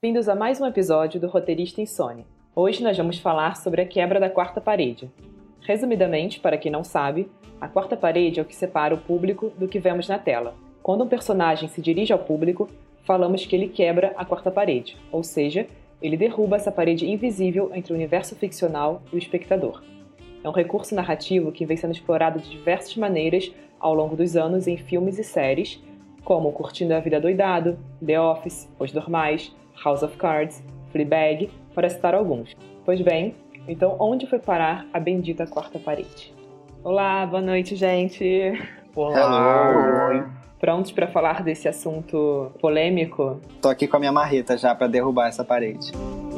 Bem-vindos a mais um episódio do Roteirista Insone. Hoje nós vamos falar sobre a quebra da quarta parede. Resumidamente, para quem não sabe, a quarta parede é o que separa o público do que vemos na tela. Quando um personagem se dirige ao público, falamos que ele quebra a quarta parede, ou seja, ele derruba essa parede invisível entre o universo ficcional e o espectador. É um recurso narrativo que vem sendo explorado de diversas maneiras ao longo dos anos em filmes e séries, como Curtindo a Vida Doidado, The Office, Os Normais, House of Cards, Fleabag, para citar alguns. Pois bem, então onde foi parar a bendita quarta parede? Olá, boa noite, gente! Olá! Prontos para falar desse assunto polêmico? Tô aqui com a minha marreta já para derrubar essa parede.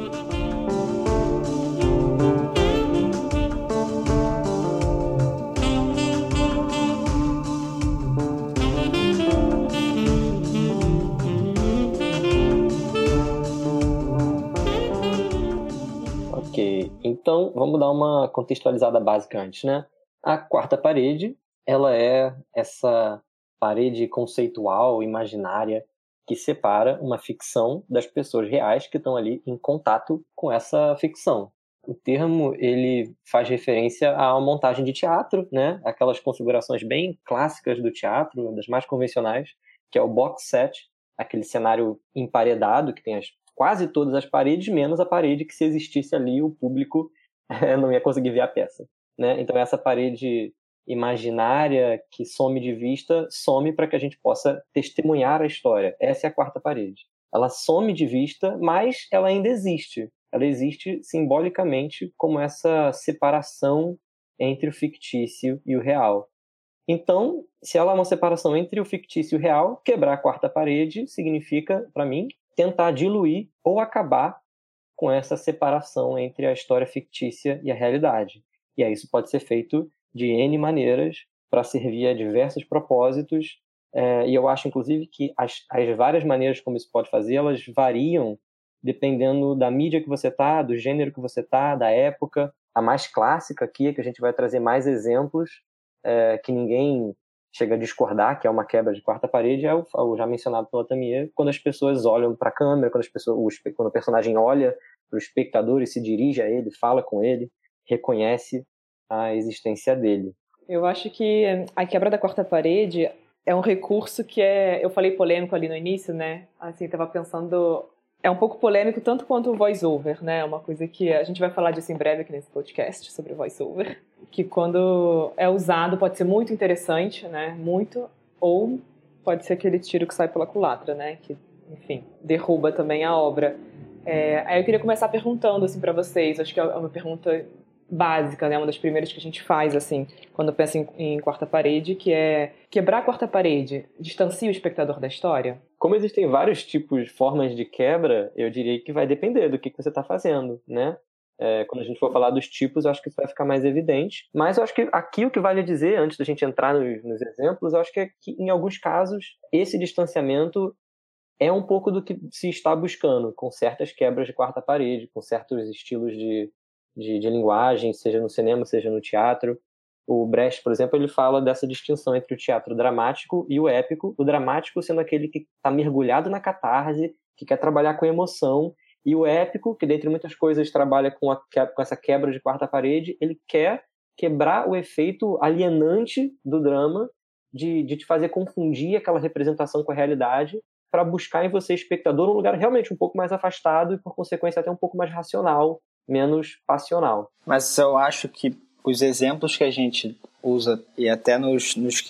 Ok, então vamos dar uma contextualizada básica antes, né? A quarta parede, ela é essa parede conceitual, imaginária, que separa uma ficção das pessoas reais que estão ali em contato com essa ficção. O termo, ele faz referência à montagem de teatro, né? Aquelas configurações bem clássicas do teatro, das mais convencionais, que é o box set, aquele cenário emparedado que tem quase todas as paredes, menos a parede que, se existisse ali, o público não ia conseguir ver a peça, né? Então essa parede imaginária que some de vista, some para que a gente possa testemunhar a história. Essa é a quarta parede. Ela some de vista, mas ela ainda existe. Ela existe simbolicamente como essa separação entre o fictício e o real. Então, se ela é uma separação entre o fictício e o real, quebrar a quarta parede significa, para mim, tentar diluir ou acabar com essa separação entre a história fictícia e a realidade. E aí isso pode ser feito de N maneiras para servir a diversos propósitos, e eu acho, inclusive, que as várias maneiras como isso pode fazer, elas variam dependendo da mídia que você está, do gênero que você está, da época. A mais clássica aqui, que a gente vai trazer mais exemplos, que ninguém chega a discordar, que é uma quebra de quarta parede, é o já mencionado pela Tamir, quando as pessoas olham para a câmera, quando o personagem olha para o espectador e se dirige a ele, fala com ele, reconhece a existência dele. Eu acho que a quebra da quarta parede é um recurso que eu falei polêmico ali no início, né? Assim, tava pensando, é um pouco polêmico tanto quanto o voice-over, né? Uma coisa que a gente vai falar disso em breve aqui nesse podcast, sobre o voice-over, que quando é usado pode ser muito interessante, né? Muito, ou pode ser aquele tiro que sai pela culatra, né? Que, enfim, derruba também a obra. Aí eu queria começar perguntando, assim, para vocês, acho que é uma pergunta básica, né? Uma das primeiras que a gente faz, assim, quando pensa em quarta parede, que é quebrar a quarta parede distancia o espectador da história? Como existem vários tipos, formas de quebra, eu diria que vai depender do que você está fazendo, né? Quando a gente for falar dos tipos, eu acho que isso vai ficar mais evidente. Mas eu acho que aqui o que vale dizer, antes da gente entrar nos exemplos, eu acho que em alguns casos, esse distanciamento é um pouco do que se está buscando, com certas quebras de quarta parede, com certos estilos de linguagem, seja no cinema, seja no teatro. O Brecht, por exemplo, ele fala dessa distinção entre o teatro dramático e o épico, o dramático sendo aquele que está mergulhado na catarse, que quer trabalhar com emoção, e o épico, que dentre muitas coisas trabalha com essa quebra de quarta parede, ele quer quebrar o efeito alienante do drama, de te fazer confundir aquela representação com a realidade, para buscar em você, espectador, um lugar realmente um pouco mais afastado e, por consequência, até um pouco mais racional, menos passional. Mas eu acho que os exemplos que a gente usa, e até no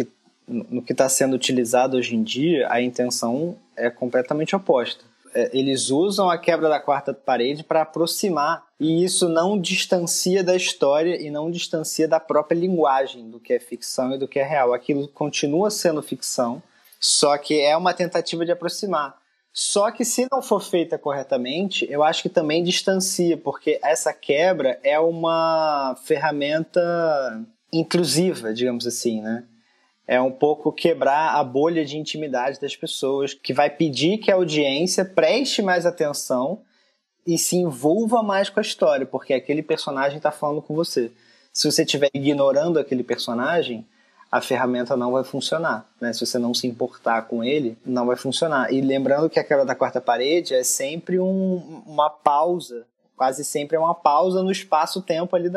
que está sendo utilizado hoje em dia, a intenção é completamente oposta. Eles usam a quebra da quarta parede para aproximar, e isso não distancia da história e não distancia da própria linguagem do que é ficção e do que é real. Aquilo continua sendo ficção, só que é uma tentativa de aproximar. Só que, se não for feita corretamente, eu acho que também distancia, porque essa quebra é uma ferramenta intrusiva, digamos assim, né? É um pouco quebrar a bolha de intimidade das pessoas, que vai pedir que a audiência preste mais atenção e se envolva mais com a história, porque aquele personagem está falando com você. Se você estiver ignorando aquele personagem, a ferramenta não vai funcionar, né? Se você não se importar com ele, não vai funcionar. E lembrando que a quebra da quarta parede é sempre uma pausa, quase sempre é uma pausa no espaço-tempo ali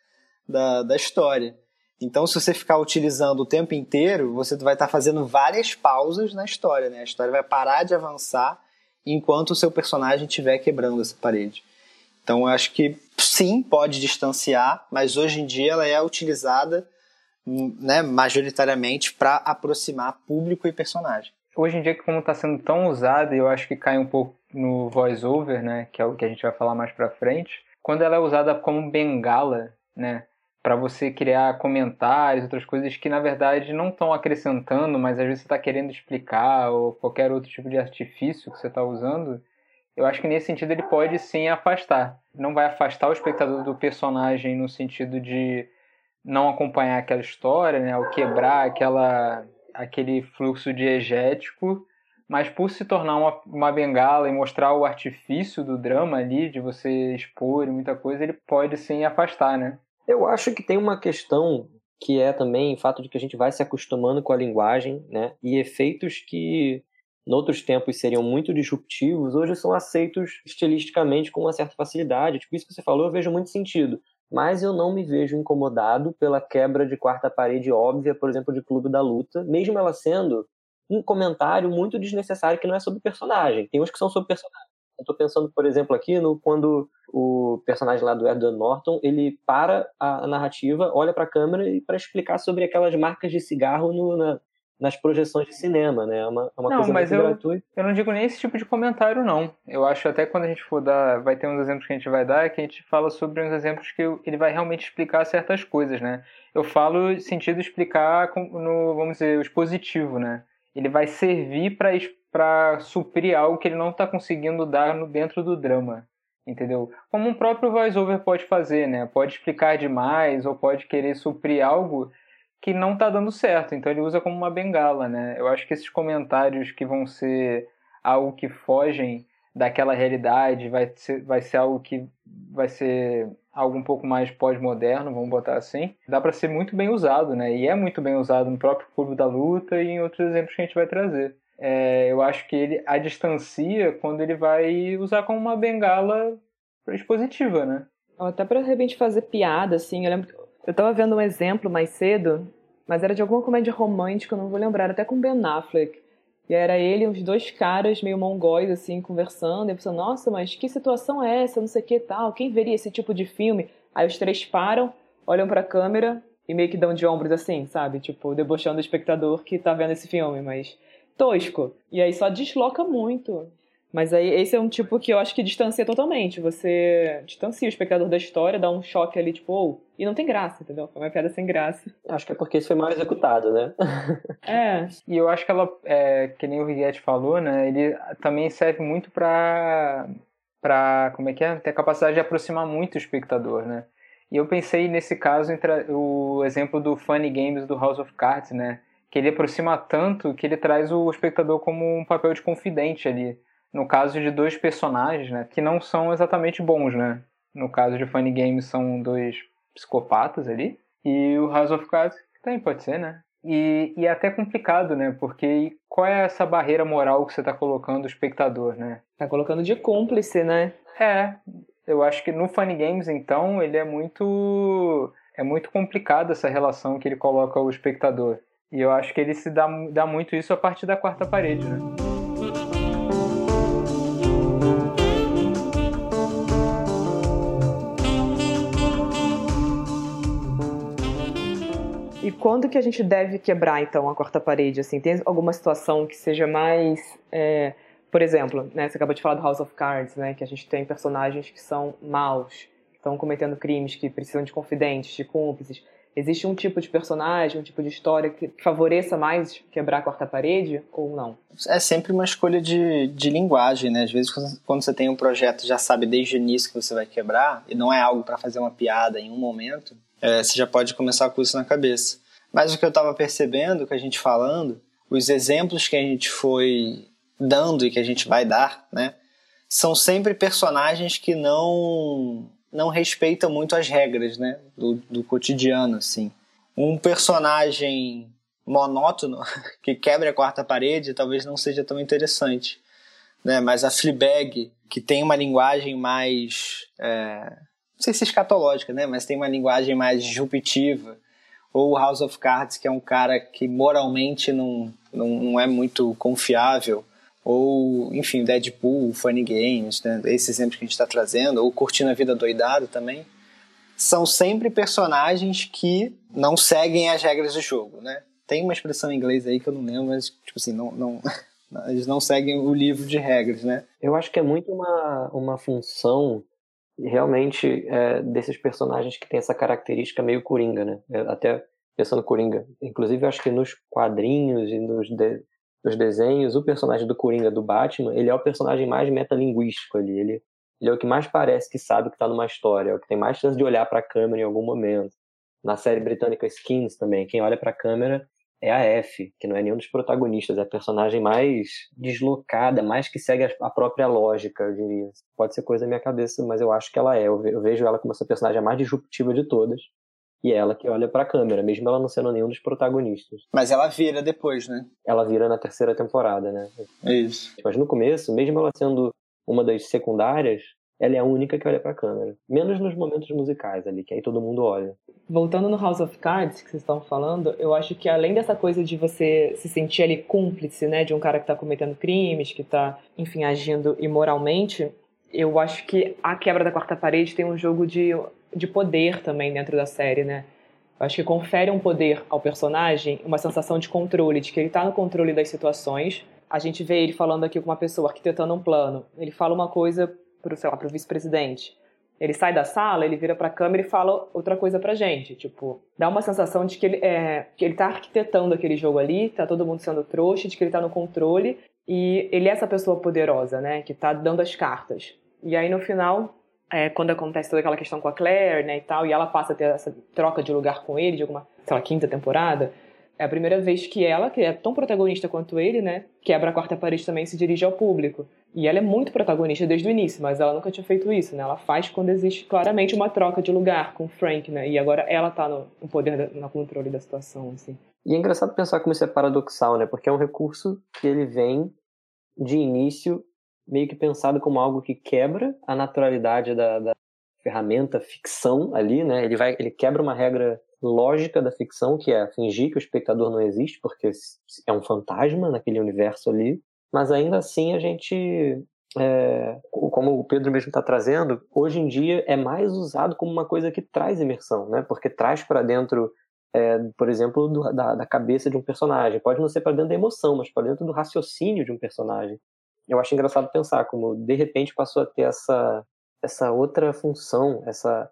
da história. Então, se você ficar utilizando o tempo inteiro, você vai estar fazendo várias pausas na história, né? A história vai parar de avançar enquanto o seu personagem estiver quebrando essa parede. Então, eu acho que sim, pode distanciar, mas hoje em dia ela é utilizada, né, majoritariamente para aproximar público e personagem. Hoje em dia, como está sendo tão usada, eu acho que cai um pouco no voice-over, né, que é o que a gente vai falar mais para frente, quando ela é usada como bengala, né, para você criar comentários, outras coisas que na verdade não estão acrescentando, mas às vezes você está querendo explicar, ou qualquer outro tipo de artifício que você está usando, eu acho que nesse sentido ele pode sim afastar. Não vai afastar o espectador do personagem no sentido de não acompanhar aquela história, né, ou quebrar aquele fluxo diegético, mas por se tornar uma bengala e mostrar o artifício do drama ali, de você expor e muita coisa, ele pode sim afastar, né? Eu acho que tem uma questão que é também o fato de que a gente vai se acostumando com a linguagem, né, e efeitos que noutros tempos seriam muito disruptivos, hoje são aceitos estilisticamente com uma certa facilidade. Tipo, isso que você falou, eu vejo muito sentido. Mas eu não me vejo incomodado pela quebra de quarta parede óbvia, por exemplo, de Clube da Luta, mesmo ela sendo um comentário muito desnecessário que não é sobre o personagem. Tem uns que são sobre o personagem. Eu estou pensando, por exemplo, aqui quando o personagem lá do Edward Norton, ele para a narrativa, olha para a câmera para explicar sobre aquelas marcas de cigarro nas projeções de cinema, né? É uma coisa muito gratuita. Eu não digo nem esse tipo de comentário, não. Eu acho até que quando a gente for vai ter uns exemplos que a gente vai dar, que a gente fala sobre uns exemplos que ele vai realmente explicar certas coisas, né? Eu falo no sentido de explicar, vamos dizer, o expositivo, né? Ele vai servir para suprir algo que ele não está conseguindo dar dentro do drama, entendeu? Como um próprio voice-over pode fazer, né? Pode explicar demais ou pode querer suprir algo que não está dando certo, então ele usa como uma bengala, né? Eu acho que esses comentários que vão ser algo que fogem daquela realidade, vai ser algo que vai ser algo um pouco mais pós-moderno, vamos botar assim, dá para ser muito bem usado, né? E é muito bem usado no próprio Clube da Luta e em outros exemplos que a gente vai trazer. Eu acho que ele a distancia quando ele vai usar como uma bengala expositiva, né? Até para de repente fazer piada, assim, eu lembro que eu tava vendo um exemplo mais cedo, mas era de alguma comédia romântica, eu não vou lembrar, até com Ben Affleck. E era ele e uns dois caras meio mongóis, assim, conversando, e eu pensando, nossa, mas que situação é essa, não sei o que tal, quem veria esse tipo de filme? Aí os três param, olham pra câmera e meio que dão de ombros assim, sabe? Tipo, debochando o espectador que tá vendo esse filme, mas tosco. E aí só desloca muito. Mas aí esse é um tipo que eu acho que distancia totalmente. Você distancia o espectador da história, dá um choque ali, tipo, oh, e não tem graça, entendeu? Foi uma piada sem graça. Acho que é porque isso foi mal executado, né? E eu acho que ela, que nem o Righetti falou, né? Ele também serve muito pra como é que é? Ter a capacidade de aproximar muito o espectador, né? E eu pensei nesse caso o exemplo do Funny Games do House of Cards, né? Que ele aproxima tanto que ele traz o espectador como um papel de confidente ali. No caso de dois personagens, né, que não são exatamente bons, né? No caso de Funny Games são dois psicopatas ali. E o House of Cards também pode ser, né? E é até complicado, né? Porque qual é essa barreira moral que você está colocando o espectador, né? Tá colocando de cúmplice, né? Eu acho que no Funny Games, então, ele é muito complicado essa relação que ele coloca o espectador. E eu acho que ele se dá muito isso a partir da quarta parede, né? E quando que a gente deve quebrar, então, a quarta parede? Assim, tem alguma situação que seja mais... por exemplo, né, você acabou de falar do House of Cards, né, que a gente tem personagens que são maus, que estão cometendo crimes, que precisam de confidentes, de cúmplices. Existe um tipo de personagem, um tipo de história que favoreça mais quebrar a quarta parede ou não? É sempre uma escolha de linguagem, né? Às vezes, quando você tem um projeto, já sabe desde o início que você vai quebrar, e não é algo para fazer uma piada em um momento, você já pode começar com isso na cabeça. Mas o que eu estava percebendo, que a gente falando, os exemplos que a gente foi dando e que a gente vai dar, né, são sempre personagens que não respeitam muito as regras, né, do cotidiano, assim. um personagem monótono que quebra a quarta parede talvez não seja tão interessante, né? Mas a Fleabag, que tem uma linguagem mais, não sei se escatológica, né? Mas tem uma linguagem mais disruptiva, ou House of Cards, que é um cara que moralmente não é muito confiável, ou, enfim, Deadpool, Funny Games, né? Esses exemplos que a gente está trazendo, ou Curtindo a Vida Doidado também, são sempre personagens que não seguem as regras do jogo, né? Tem uma expressão em inglês aí que eu não lembro, mas, tipo assim, eles não seguem o livro de regras, né? Eu acho que é muito uma função, realmente, desses personagens que tem essa característica meio coringa, né? Até pensando coringa. Inclusive, eu acho que nos quadrinhos e nos desenhos, o personagem do Coringa, do Batman, ele é o personagem mais metalinguístico ali. Ele é o que mais parece que sabe o que está numa história, é o que tem mais chance de olhar para a câmera em algum momento. Na série britânica Skins também, quem olha para a câmera é a F, que não é nenhum dos protagonistas, é a personagem mais deslocada, mais que segue a própria lógica, eu diria. Pode ser coisa da minha cabeça, mas eu acho que ela é. Eu vejo ela como essa personagem mais disruptiva de todas, e é ela que olha pra câmera, mesmo ela não sendo nenhum dos protagonistas. Mas ela vira depois, né? Ela vira na terceira temporada, né? É isso. Mas no começo, mesmo ela sendo uma das secundárias, ela é a única que olha pra câmera. Menos nos momentos musicais ali, que aí todo mundo olha. Voltando no House of Cards, que vocês estão falando, eu acho que além dessa coisa de você se sentir ali cúmplice, né, de um cara que tá cometendo crimes, que tá, enfim, agindo imoralmente, eu acho que a quebra da quarta parede tem um jogo de poder também dentro da série, né? Eu acho que confere um poder ao personagem, uma sensação de controle, de que ele tá no controle das situações. A gente vê ele falando aqui com uma pessoa, arquitetando um plano. Ele fala uma coisa pro vice-presidente. Ele sai da sala, ele vira pra câmera e fala outra coisa pra gente. Tipo, dá uma sensação de que ele tá arquitetando aquele jogo ali, tá todo mundo sendo trouxa, de que ele tá no controle, e ele é essa pessoa poderosa, né, que tá dando as cartas. E aí, no final, quando acontece toda aquela questão com a Claire, né, e tal, e ela passa a ter essa troca de lugar com ele, de alguma, sei lá, quinta temporada, é a primeira vez que ela, que é tão protagonista quanto ele, né, quebra a quarta parede também e se dirige ao público. E ela é muito protagonista desde o início, mas ela nunca tinha feito isso, né? Ela faz quando existe claramente uma troca de lugar com o Frank, né? E agora ela tá no poder, no controle da situação, assim. E é engraçado pensar como isso é paradoxal, né? Porque é um recurso que ele vem, de início, meio que pensado como algo que quebra a naturalidade da ferramenta ficção ali, né? Ele quebra uma regra lógica da ficção, que é fingir que o espectador não existe, porque é um fantasma naquele universo ali. Mas ainda assim a gente, como o Pedro mesmo está trazendo, hoje em dia é mais usado como uma coisa que traz imersão, né? Porque traz para dentro, por exemplo, da cabeça de um personagem. Pode não ser para dentro da emoção, mas para dentro do raciocínio de um personagem. Eu acho engraçado pensar como, de repente, passou a ter essa outra função,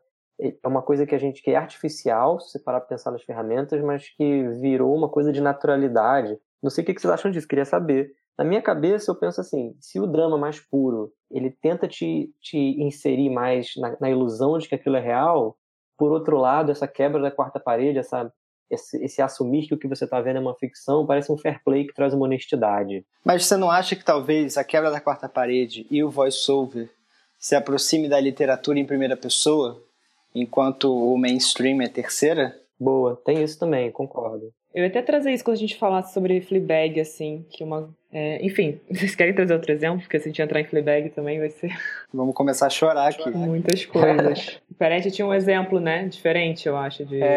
é uma coisa que é artificial, se você parar para pensar nas ferramentas, mas que virou uma coisa de naturalidade. Não sei o que vocês acham disso, queria saber. Na minha cabeça, eu penso assim, se o drama mais puro, ele tenta te inserir mais na ilusão de que aquilo é real, por outro lado, essa quebra da quarta parede, esse assumir que o que você está vendo é uma ficção, parece um fair play que traz uma honestidade. Mas você não acha que talvez a quebra da quarta parede e o voice-over se aproxime da literatura em primeira pessoa, enquanto o mainstream é terceira? Boa, tem isso também, concordo. Eu ia até trazer isso quando a gente falasse sobre Fleabag, assim, que enfim, vocês querem trazer outro exemplo? Porque se a gente entrar em Fleabag também vai ser... Vamos começar a chorar aqui. Muitas coisas. Parece que tinha um exemplo, né? Diferente, eu acho, de...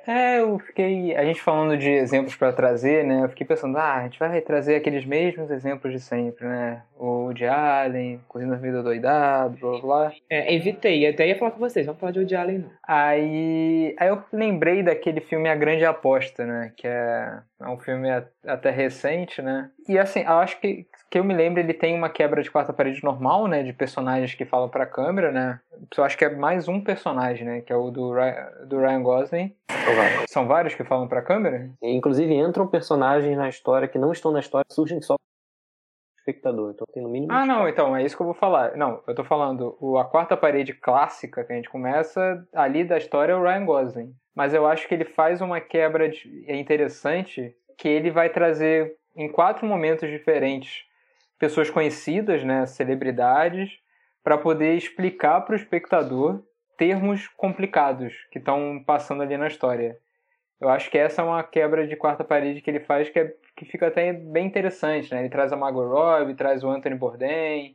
A gente falando de exemplos para trazer, né? Eu fiquei pensando, a gente vai trazer aqueles mesmos exemplos de sempre, né? O de Allen, Curtindo a Vida Doidado, blá blá blá. Evitei, até ia falar com vocês, vamos falar de Woody Allen, não. Aí eu lembrei daquele filme A Grande Aposta, né? Que é um filme até recente, né? E assim, eu acho que eu me lembro, ele tem uma quebra de quarta parede normal, né? De personagens que falam pra câmera, né? Eu acho que é mais um personagem, né? Que é o do Ryan Gosling. São vários que falam pra câmera? E, inclusive, entram personagens na história que não estão na história, surgem só espectador, então tem no mínimo... não, então, é isso que eu vou falar. Não, eu tô falando, a quarta parede clássica que a gente começa, ali da história é o Ryan Gosling. Mas eu acho que ele faz uma quebra interessante, que ele vai trazer em 4 momentos diferentes pessoas conhecidas, né, celebridades, para poder explicar para o espectador termos complicados que estão passando ali na história. Eu acho que essa é uma quebra de quarta parede que ele faz que fica até bem interessante, né? Ele traz a Margot Robbie, traz o Anthony Bourdain,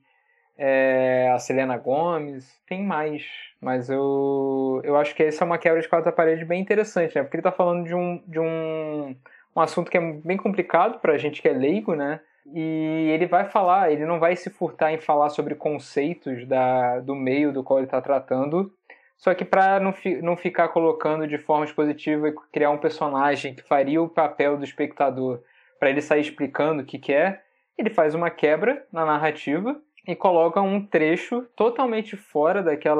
a Selena Gomez, tem mais. Mas eu acho que essa é uma quebra de quarta parede bem interessante, né? Porque ele está falando de um assunto que é bem complicado para a gente que é leigo, né? E ele vai falar, ele não vai se furtar em falar sobre conceitos do meio do qual ele está tratando, só que para não ficar colocando de forma expositiva e criar um personagem que faria o papel do espectador para ele sair explicando o que é, ele faz uma quebra na narrativa e coloca um trecho totalmente fora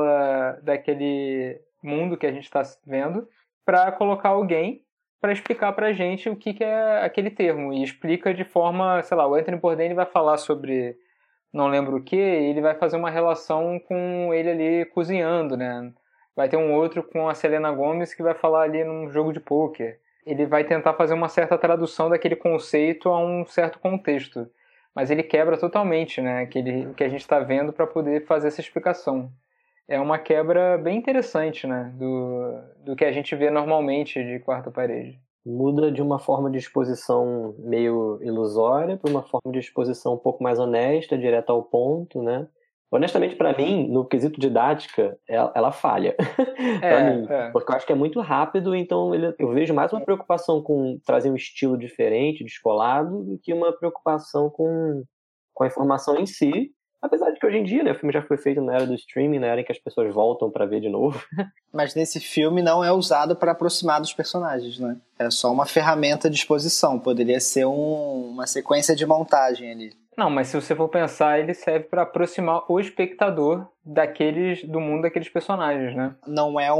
daquele mundo que a gente está vendo para colocar alguém para explicar pra gente o que é aquele termo. E explica de forma, sei lá, o Anthony Bourdain vai falar sobre não lembro o que, e ele vai fazer uma relação com ele ali cozinhando, né? Vai ter um outro com a Selena Gomez que vai falar ali num jogo de pôquer. Ele vai tentar fazer uma certa tradução daquele conceito a um certo contexto. Mas ele quebra totalmente, né? O que a gente está vendo para poder fazer essa explicação. É uma quebra bem interessante, né? Do que a gente vê normalmente de quarta parede. Muda de uma forma de exposição meio ilusória para uma forma de exposição um pouco mais honesta, direta ao ponto, né? Honestamente, para mim, no quesito didática, ela falha. Para mim. Porque eu acho que é muito rápido, então eu vejo mais uma preocupação com trazer um estilo diferente, descolado, do que uma preocupação com a informação em si. Apesar de que hoje em dia, né, o filme já foi feito na era do streaming, na era em que as pessoas voltam para ver de novo. Mas nesse filme não é usado para aproximar dos personagens, né? É só uma ferramenta de exposição. Poderia ser uma sequência de montagem ali. Não, mas se você for pensar, ele serve para aproximar o espectador do mundo daqueles personagens, né? Não é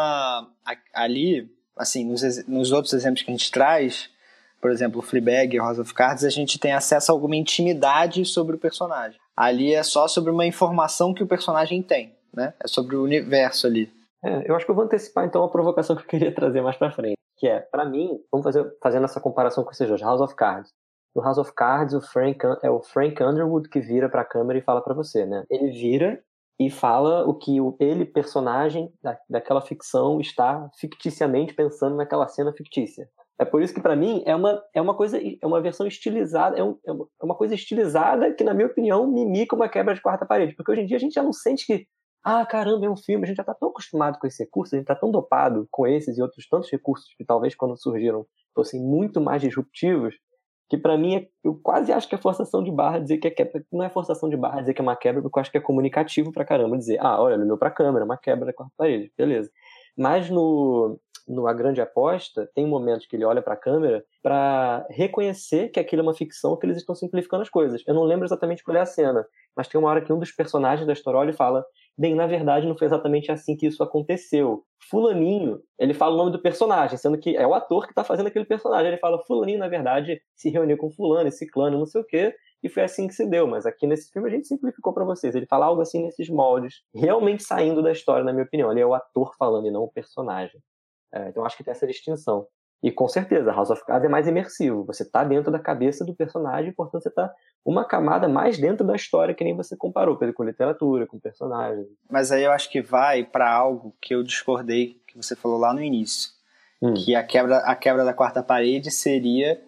ali, assim, nos outros exemplos que a gente traz, por exemplo, o Fleabag e House of Cards, a gente tem acesso a alguma intimidade sobre o personagem. Ali é só sobre uma informação que o personagem tem, né? É sobre o universo ali. Eu acho que eu vou antecipar então a provocação que eu queria trazer mais pra frente, que é, pra mim, vamos fazendo essa comparação com esses dois, House of Cards. No House of Cards, o Frank Underwood que vira pra câmera e fala pra você, né? Ele vira e fala o que ele, personagem daquela ficção, está ficticiamente pensando naquela cena fictícia. É por isso que, pra mim, é uma versão estilizada, é uma coisa estilizada que, na minha opinião, mimica uma quebra de quarta parede. Porque hoje em dia a gente já não sente que, caramba, é um filme, a gente já tá tão acostumado com esse recurso, a gente tá tão dopado com esses e outros tantos recursos que talvez quando surgiram fossem muito mais disruptivos, que pra mim, eu quase acho que é forçação de barra dizer que é quebra. Não é forçação de barra dizer que é uma quebra, porque eu acho que é comunicativo pra caramba dizer, olha, ele olhou pra câmera, uma quebra da quarta parede, beleza. Mas no A Grande Aposta, tem momentos que ele olha para a câmera para reconhecer que aquilo é uma ficção, que eles estão simplificando as coisas. Eu não lembro exatamente qual é a cena, mas tem uma hora que um dos personagens da história olha e fala, bem, na verdade não foi exatamente assim que isso aconteceu. Fulaninho, ele fala o nome do personagem, sendo que é o ator que está fazendo aquele personagem. Ele fala, fulaninho, na verdade, se reuniu com fulano e ciclano, não sei o quê, e foi assim que se deu. Mas aqui nesse filme a gente simplificou para vocês. Ele fala algo assim nesses moldes, realmente saindo da história, na minha opinião. Ele é o ator falando e não o personagem. Então acho que tem essa distinção. E com certeza, House of Cards é mais imersivo. Você está dentro da cabeça do personagem, portanto você está uma camada mais dentro da história, que nem você comparou, com literatura, com personagem. Mas aí eu acho que vai para algo que eu discordei, que você falou lá no início. Que a quebra da quarta parede seria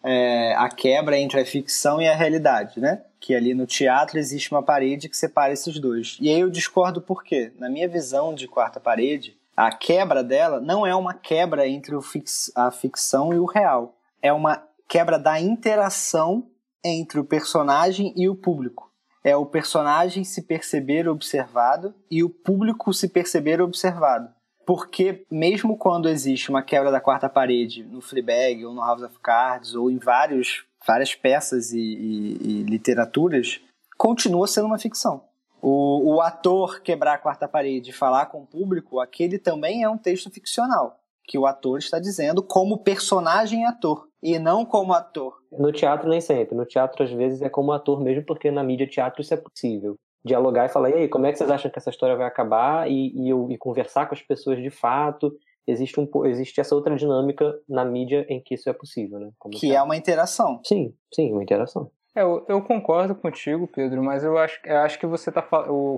a quebra entre a ficção e a realidade, né? Que ali no teatro existe uma parede que separa esses dois. E aí eu discordo por quê? Na minha visão de quarta parede, a quebra dela não é uma quebra entre a ficção e o real. É uma quebra da interação entre o personagem e o público. É o personagem se perceber observado e o público se perceber observado. Porque mesmo quando existe uma quebra da quarta parede no Fleabag ou no House of Cards ou em várias peças e literaturas, continua sendo uma ficção. O ator quebrar a quarta parede e falar com o público, aquele também é um texto ficcional, que o ator está dizendo como personagem ator, e não como ator. No teatro nem sempre. No teatro, às vezes, é como ator mesmo, porque na mídia teatro isso é possível. Dialogar e falar, e aí, como é que vocês acham que essa história vai acabar? E conversar com as pessoas de fato. Existe essa outra dinâmica na mídia em que isso é possível, né? Que é uma interação. Sim, uma interação. Eu concordo contigo, Pedro, mas eu acho que você está falando.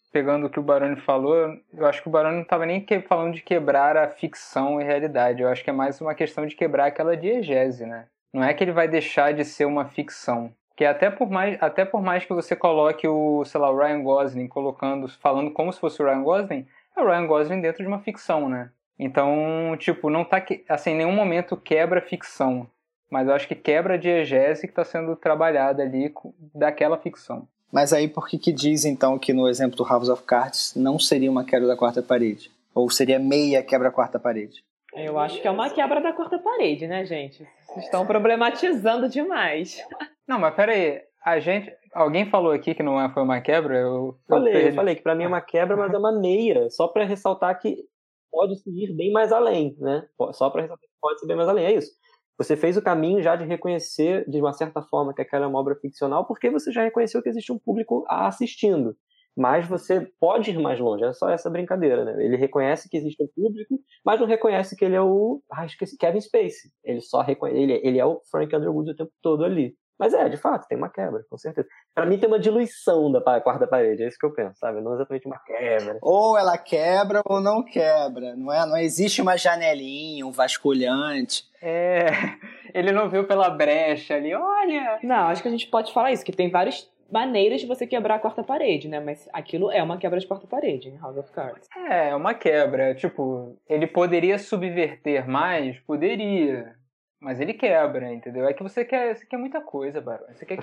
pegando o que o Baroni falou, eu acho que o Baroni não estava nem falando de quebrar a ficção e realidade. Eu acho que é mais uma questão de quebrar aquela diegese, né? Não é que ele vai deixar de ser uma ficção. Que até por mais que você coloque o Ryan Gosling falando como se fosse o Ryan Gosling, é o Ryan Gosling dentro de uma ficção, né? Então, tipo, não tá assim, em nenhum momento quebra a ficção. Mas eu acho que quebra a diegese que está sendo trabalhada ali daquela ficção. Mas aí por que diz então que no exemplo do House of Cards não seria uma quebra da quarta parede? Ou seria meia quebra da quarta parede? Eu acho que é uma quebra da quarta parede, né, gente? Vocês estão problematizando demais. Não, mas peraí. Alguém falou aqui que não foi uma quebra? Eu falei que pra mim é uma quebra, mas é uma meia. Só pra ressaltar que pode ir bem mais além, né? Só pra ressaltar que pode ser bem mais além, é isso. Você fez o caminho já de reconhecer, de uma certa forma, que aquela é uma obra ficcional, porque você já reconheceu que existe um público assistindo. Mas você pode ir mais longe, é só essa brincadeira, né? Ele reconhece que existe um público, mas não reconhece que ele é esqueci, Kevin Spacey. Ele só ele é o Frank Underwood o tempo todo ali. Mas de fato, tem uma quebra, com certeza. Para mim tem uma diluição da quarta parede, é isso que eu penso, sabe? Não exatamente uma quebra. Ou ela quebra ou não quebra, não é? Não existe uma janelinha, um vasculhante. Ele não viu pela brecha ali, olha! Não, acho que a gente pode falar isso, que tem várias maneiras de você quebrar a quarta parede, né? Mas aquilo é uma quebra de quarta parede em House of Cards. É uma quebra. Tipo, ele poderia subverter mais? Poderia. Mas ele quebra, entendeu? É que você quer muita coisa, Barão. Você quer que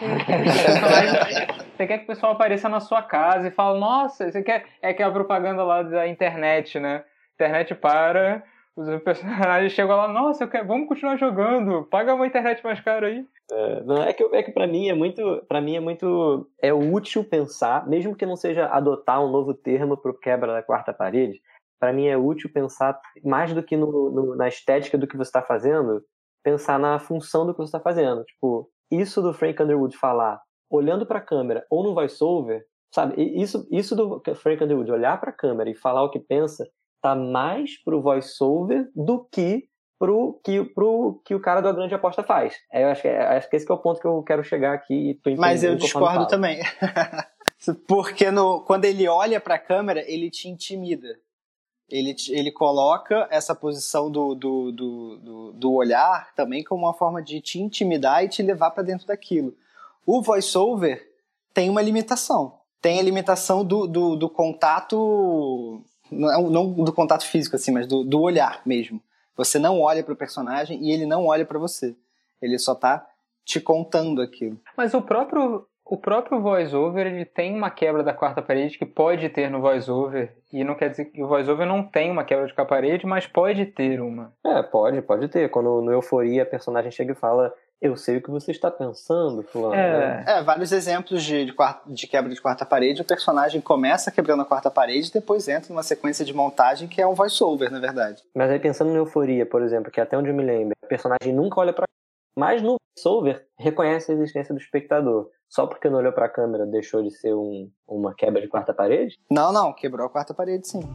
o pessoal apareça na sua casa e fale, nossa, você quer... É que é a propaganda lá da internet, né? Internet para, os personagens chegam lá, nossa, vamos continuar jogando, paga uma internet mais cara aí. É que pra mim é muito útil pensar, mesmo que não seja adotar um novo termo pro quebra da quarta parede, pra mim é útil pensar mais do que na estética do que você está fazendo, pensar na função do que você está fazendo. Tipo, isso do Frank Underwood falar, olhando para a câmera ou no voice-over, sabe? Isso do Frank Underwood olhar para a câmera e falar o que pensa, tá mais pro voice-over do que pro que o cara da grande aposta faz. Eu acho que esse que é o ponto que eu quero chegar aqui. Mas eu discordo também. Porque quando ele olha para a câmera, ele te intimida. Ele coloca essa posição do olhar também como uma forma de te intimidar e te levar para dentro daquilo. O voice-over tem uma limitação. Tem a limitação do contato, não do contato físico, assim, mas do olhar mesmo. Você não olha para o personagem e ele não olha para você. Ele só está te contando aquilo. Mas o próprio voice-over, ele tem uma quebra da quarta parede que pode ter no voice-over, e não quer dizer que o voice-over não tem uma quebra de quarta parede, mas pode ter uma. Pode ter. Quando no Euforia a personagem chega e fala, eu sei o que você está pensando, fulano. Vários exemplos de quebra de quarta parede, o personagem começa quebrando a quarta parede e depois entra numa sequência de montagem que é um voice-over, na verdade. Mas aí pensando no Euforia, por exemplo, que até onde eu me lembro, o personagem nunca olha pra... Mas no voice-over reconhece a existência do espectador. Só porque não olhou pra câmera deixou de ser uma quebra de quarta parede? Não, quebrou a quarta parede, sim.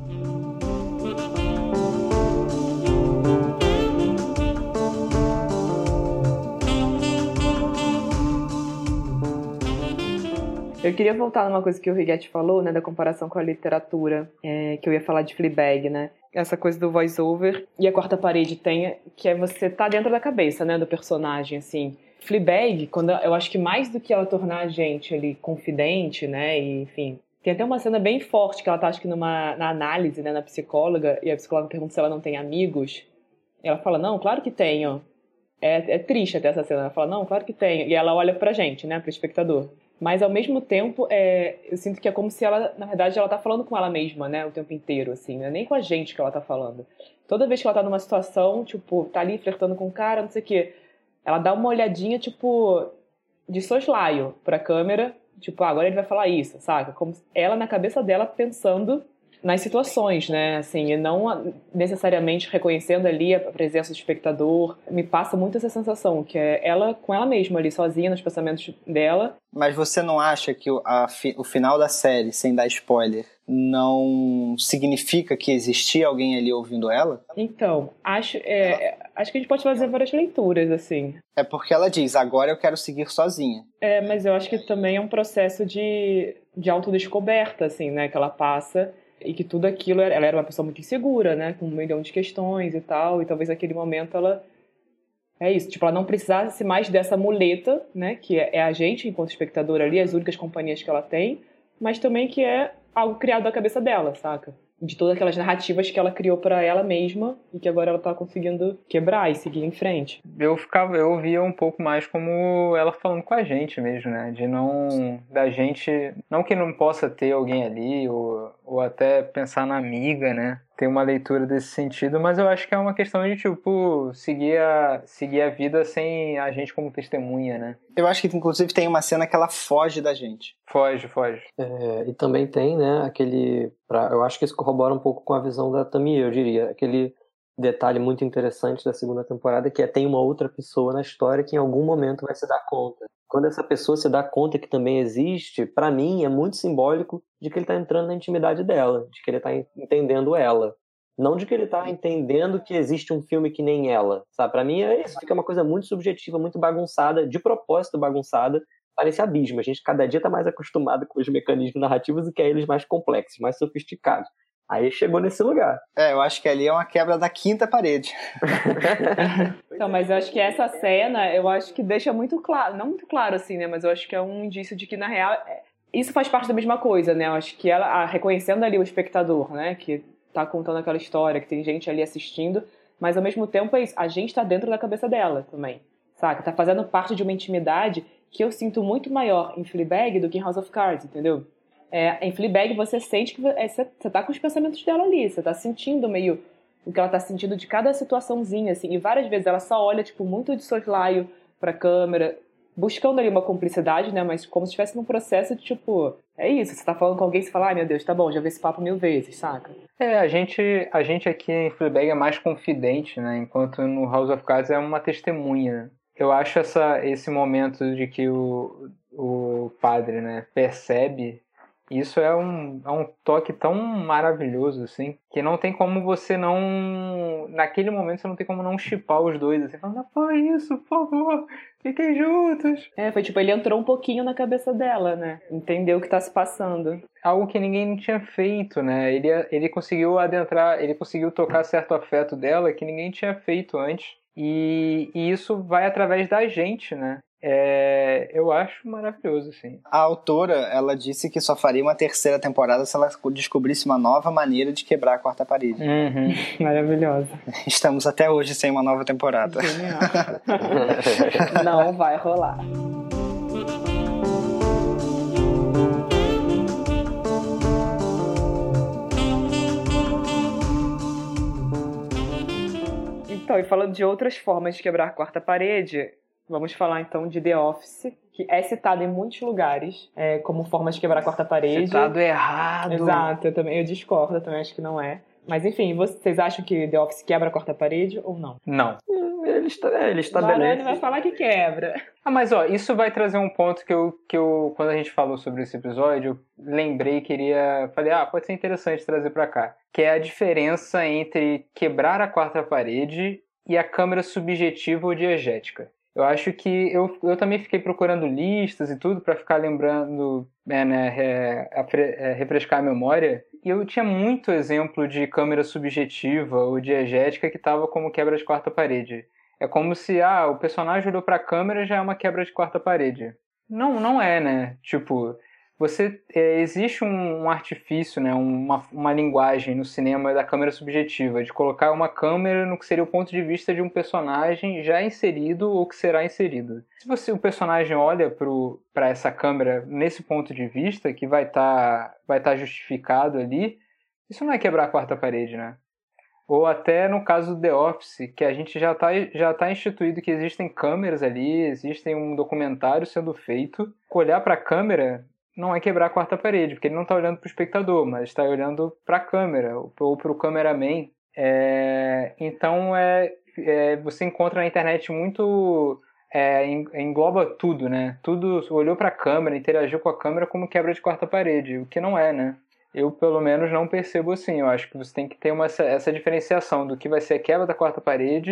Eu queria voltar numa coisa que o Righetti falou, né, da comparação com a literatura, que eu ia falar de Fleabag, né? Essa coisa do voice-over e a quarta parede tem, que é você tá dentro da cabeça, né, do personagem, assim. Fleabag, eu acho que mais do que ela tornar a gente ali confidente, né, e, enfim, tem até uma cena bem forte que ela tá, acho que na análise, né, na psicóloga, e a psicóloga pergunta se ela não tem amigos. E ela fala, não, claro que tenho. É triste até essa cena. Ela fala, não, claro que tenho. E ela olha pra gente, né, pro espectador. Mas, ao mesmo tempo, eu sinto que é como se ela, na verdade, ela tá falando com ela mesma, né, o tempo inteiro, assim, não é nem com a gente que ela tá falando. Toda vez que ela tá numa situação, tipo, tá ali flertando com um cara, não sei o quê, ela dá uma olhadinha, tipo, de soslaio pra câmera, tipo, agora ele vai falar isso, saca? Como ela, na cabeça dela, pensando nas situações, né, assim, e não necessariamente reconhecendo ali a presença do espectador. Me passa muito essa sensação, que é ela com ela mesma ali, sozinha nos pensamentos dela. Mas você não acha que o final da série, sem dar spoiler, não significa que existia alguém ali ouvindo ela? Então, acho que a gente pode fazer várias leituras, assim. É porque ela diz, agora eu quero seguir sozinha. Mas eu acho que também é um processo de de autodescoberta, assim, né, que ela passa, e que tudo aquilo, ela era uma pessoa muito insegura, né, com 1 milhão de questões e tal, e talvez naquele momento ela, é isso, tipo, ela não precisasse mais dessa muleta, né, que é a gente, enquanto espectador ali, as únicas companhias que ela tem, mas também que é algo criado da cabeça dela, saca? De todas aquelas narrativas que ela criou pra ela mesma e que agora ela tá conseguindo quebrar e seguir em frente. Eu ouvia um pouco mais como ela falando com a gente mesmo, né? De não, da gente, não que não possa ter alguém ali, ou até pensar na amiga, né? Tem uma leitura desse sentido, mas eu acho que é uma questão de, tipo, seguir a vida sem a gente como testemunha, né? Eu acho que, inclusive, tem uma cena que ela foge da gente. Foge. E também tem, né, eu acho que isso corrobora um pouco com a visão da Tammy, eu diria, aquele detalhe muito interessante da segunda temporada, que tem uma outra pessoa na história que em algum momento vai se dar conta. Quando essa pessoa se dá conta que também existe, pra mim é muito simbólico de que ele tá entrando na intimidade dela, de que ele tá entendendo ela. Não de que ele tá entendendo que existe um filme que nem ela, sabe? Pra mim isso fica uma coisa muito subjetiva, muito bagunçada, de propósito bagunçada, para esse abismo. A gente cada dia tá mais acostumado com os mecanismos narrativos e quer eles mais complexos, mais sofisticados. Aí chegou nesse lugar. Eu acho que ali é uma quebra da 5ª parede. Então, mas eu acho que essa cena, eu acho que deixa muito claro, não muito claro assim, né, mas eu acho que é um indício de que, na real, isso faz parte da mesma coisa, né, eu acho que ela, reconhecendo ali o espectador, né, que tá contando aquela história, que tem gente ali assistindo, mas ao mesmo tempo é isso, a gente tá dentro da cabeça dela também, saca? Tá fazendo parte de uma intimidade que eu sinto muito maior em Fleabag do que em House of Cards, entendeu? Em Fleabag você sente que você tá com os pensamentos dela ali, você tá sentindo meio o que ela tá sentindo de cada situaçãozinha, assim, e várias vezes ela só olha, tipo, muito de soslaio pra câmera, buscando ali uma cumplicidade, né, mas como se estivesse num processo de, tipo, é isso, você tá falando com alguém e você fala, ai meu Deus, tá bom, já vi esse papo 1000 vezes, saca? A gente aqui em Fleabag é mais confidente, né, enquanto no House of Cards é uma testemunha. Eu acho esse momento de que o padre, né, percebe. Isso é um toque tão maravilhoso, assim, que não tem como você não... Naquele momento você não tem como não shippar os dois, assim, falando, não, isso, por favor, fiquem juntos. Foi tipo, ele entrou um pouquinho na cabeça dela, né? Entendeu o que tá se passando. Algo que ninguém tinha feito, né? Ele conseguiu adentrar, ele conseguiu tocar certo afeto dela que ninguém tinha feito antes. E isso vai através da gente, né? Eu acho maravilhoso, assim. A autora, ela disse que só faria uma 3ª temporada se ela descobrisse uma nova maneira de quebrar a 4ª parede. Uhum. Maravilhosa. Estamos até hoje sem uma nova temporada. Genial. Não vai rolar. Então, e falando de outras formas de quebrar a 4ª parede, vamos falar então de The Office, que é citado em muitos lugares como forma de quebrar a 4ª parede. Citado errado. Exato, eu discordo, eu também acho que não é. Mas enfim, vocês acham que The Office quebra a 4ª parede ou não? Não. Ele estabelece. Ele vai falar que quebra. Mas isso vai trazer um ponto que eu quando a gente falou sobre esse episódio, eu lembrei, falei, pode ser interessante trazer pra cá. Que é a diferença entre quebrar a 4ª parede e a câmera subjetiva ou diegética. Eu acho que eu também fiquei procurando listas e tudo para ficar lembrando, refrescar a memória. E eu tinha muito exemplo de câmera subjetiva ou diegética que estava como quebra de 4ª parede. É como se o personagem olhou para a câmera já é uma quebra de 4ª parede. Não é, né? Tipo, existe um artifício, né? uma linguagem no cinema da câmera subjetiva, de colocar uma câmera no que seria o ponto de vista de um personagem já inserido ou que será inserido. Se o personagem olha para essa câmera nesse ponto de vista, que vai tá justificado ali, isso não é quebrar a 4ª parede, né? Ou até no caso do The Office, que a gente já tá instituído que existem câmeras ali, existe um documentário sendo feito. Olhar para a câmera não é quebrar a 4ª parede, porque ele não está olhando para o espectador, mas está olhando para a câmera ou para o cameraman. Então você encontra na internet muito... engloba tudo, né? Tudo, olhou para a câmera, interagiu com a câmera como quebra de 4ª parede, o que não é, né? Eu, pelo menos, não percebo assim. Eu acho que você tem que ter essa diferenciação do que vai ser a quebra da 4ª parede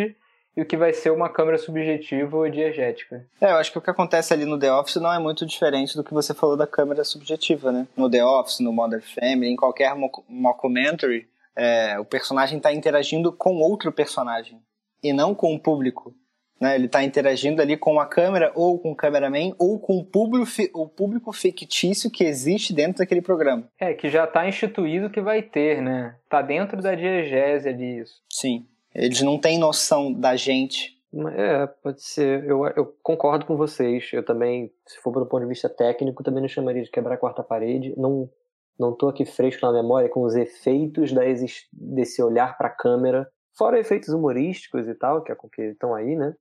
e o que vai ser uma câmera subjetiva ou diegética. Eu acho que o que acontece ali no The Office não é muito diferente do que você falou da câmera subjetiva, né? No The Office, no Modern Family, em qualquer mockumentary, o personagem está interagindo com outro personagem e não com o público. Né? Ele está interagindo ali com a câmera ou com o cameraman ou com o público fictício que existe dentro daquele programa. Que já está instituído que vai ter, né? Tá dentro da diegese ali isso. Sim. Eles não têm noção da gente. Pode ser. Eu concordo com vocês. Eu também, se for do ponto de vista técnico, também não chamaria de quebrar a quarta parede. Não tô aqui fresco na memória com os efeitos desse olhar para a câmera, fora efeitos humorísticos e tal, que estão aí, né?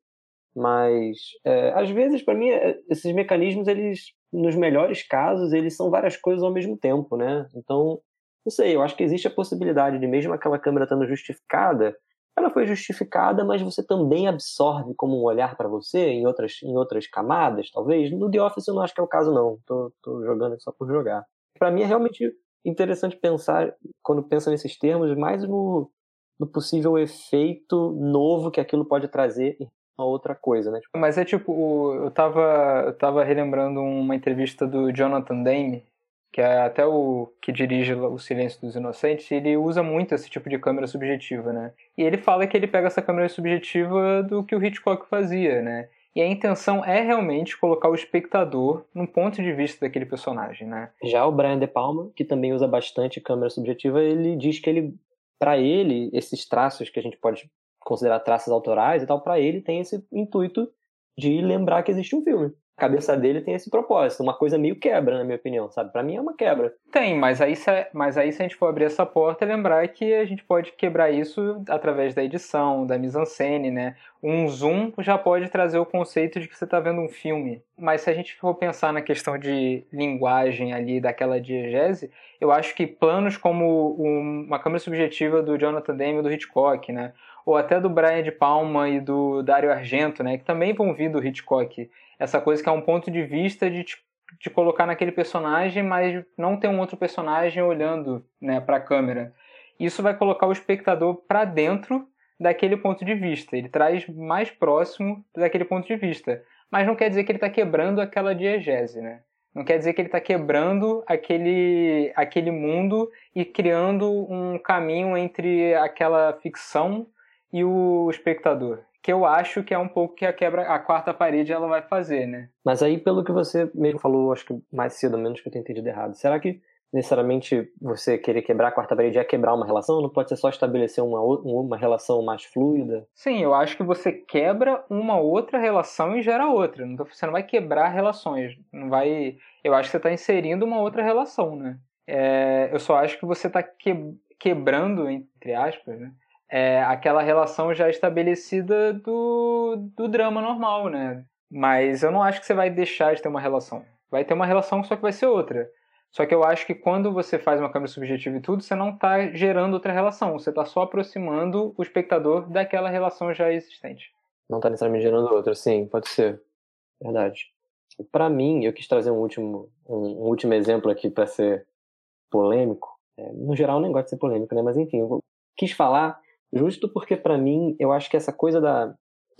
Mas, às vezes, para mim, esses mecanismos, eles, nos melhores casos, eles são várias coisas ao mesmo tempo, né? Então, não sei, eu acho que existe a possibilidade de, mesmo aquela câmera estando justificada, ela foi justificada, mas você também absorve como um olhar para você em outras camadas, talvez. No The Office eu não acho que é o caso, não. Tô jogando aqui só por jogar. Para mim é realmente interessante pensar, quando pensa nesses termos, mais no possível efeito novo que aquilo pode trazer em uma outra coisa, né? Mas eu tava relembrando uma entrevista do Jonathan Demme, que é até o que dirige O Silêncio dos Inocentes, e ele usa muito esse tipo de câmera subjetiva, né? E ele fala que ele pega essa câmera subjetiva do que o Hitchcock fazia, né? E a intenção é realmente colocar o espectador no ponto de vista daquele personagem, né? Já o Brian De Palma, que também usa bastante câmera subjetiva, ele diz que para ele, esses traços que a gente pode considerar traços autorais e tal, para ele tem esse intuito de lembrar que existe um filme. A cabeça dele tem esse propósito, uma coisa meio quebra, na minha opinião, sabe? Para mim é uma quebra. Tem, mas aí se a gente for abrir essa porta, lembrar que a gente pode quebrar isso através da edição, da mise-en-scène, né? Um zoom já pode trazer o conceito de que você está vendo um filme. Mas se a gente for pensar na questão de linguagem ali, daquela diegese, eu acho que planos como uma câmera subjetiva do Jonathan Demme e do Hitchcock, né? Ou até do Brian De Palma e do Dario Argento, né? Que também vão vir do Hitchcock. Essa coisa que é um ponto de vista de te colocar naquele personagem, mas não ter um outro personagem olhando, né, para a câmera. Isso vai colocar o espectador para dentro daquele ponto de vista. Ele traz mais próximo daquele ponto de vista. Mas não quer dizer que ele está quebrando aquela diegese, né? Não quer dizer que ele está quebrando aquele mundo e criando um caminho entre aquela ficção e o espectador. Que eu acho que é um pouco que a quarta parede ela vai fazer, né? Mas aí, pelo que você mesmo falou, acho que mais cedo ou menos que eu tenho entendido errado, será que necessariamente você querer quebrar a quarta parede é quebrar uma relação? Não pode ser só estabelecer uma relação mais fluida? Sim, eu acho que você quebra uma outra relação e gera outra. Você não vai quebrar relações. Não vai. Eu acho que você está inserindo uma outra relação, né? Eu só acho que você está quebrando, entre aspas, né? Aquela relação já estabelecida do drama normal, né? Mas eu não acho que você vai deixar de ter uma relação. Vai ter uma relação, só que vai ser outra. Só que eu acho que quando você faz uma câmera subjetiva e tudo, você não está gerando outra relação. Você está só aproximando o espectador daquela relação já existente. Não está necessariamente gerando outra, sim, pode ser. Verdade. Para mim, eu quis trazer um último exemplo aqui para ser polêmico. No geral, eu nem gosto de ser polêmico, né? Mas enfim, eu quis falar justo porque, para mim, eu acho que essa coisa da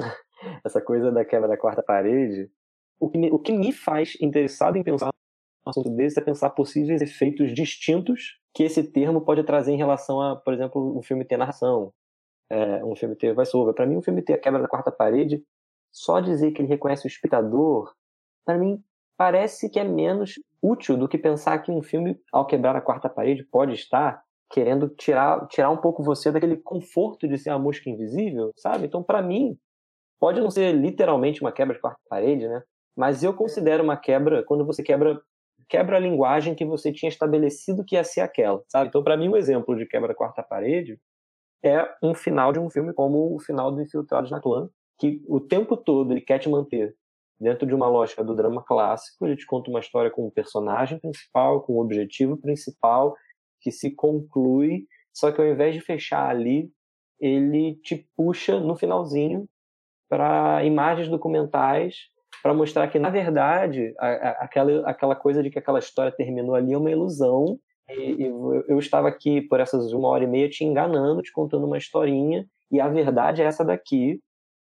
quebra da quarta parede, o que me faz interessado em pensar um assunto desse é pensar possíveis efeitos distintos que esse termo pode trazer em relação a, por exemplo, um filme ter narração, um filme ter voice-over. Para mim, um filme ter a quebra da quarta parede, só dizer que ele reconhece o espectador, para mim, parece que é menos útil do que pensar que um filme, ao quebrar a quarta parede, pode estar querendo tirar um pouco você daquele conforto de ser a mosca invisível, sabe? Então, para mim, pode não ser literalmente uma quebra de quarta parede, né? Mas eu considero uma quebra quando você quebra a linguagem que você tinha estabelecido que ia ser aquela, sabe? Então, para mim, um exemplo de quebra da quarta parede é um final de um filme como o final do Infiltrados na Clã, que o tempo todo ele quer te manter dentro de uma lógica do drama clássico, ele te conta uma história com um personagem principal, com um objetivo principal, que se conclui, só que ao invés de fechar ali, ele te puxa no finalzinho para imagens documentais, para mostrar que, na verdade, aquela coisa de que aquela história terminou ali é uma ilusão, e eu estava aqui por essas 1h30 te enganando, te contando uma historinha, e a verdade é essa daqui,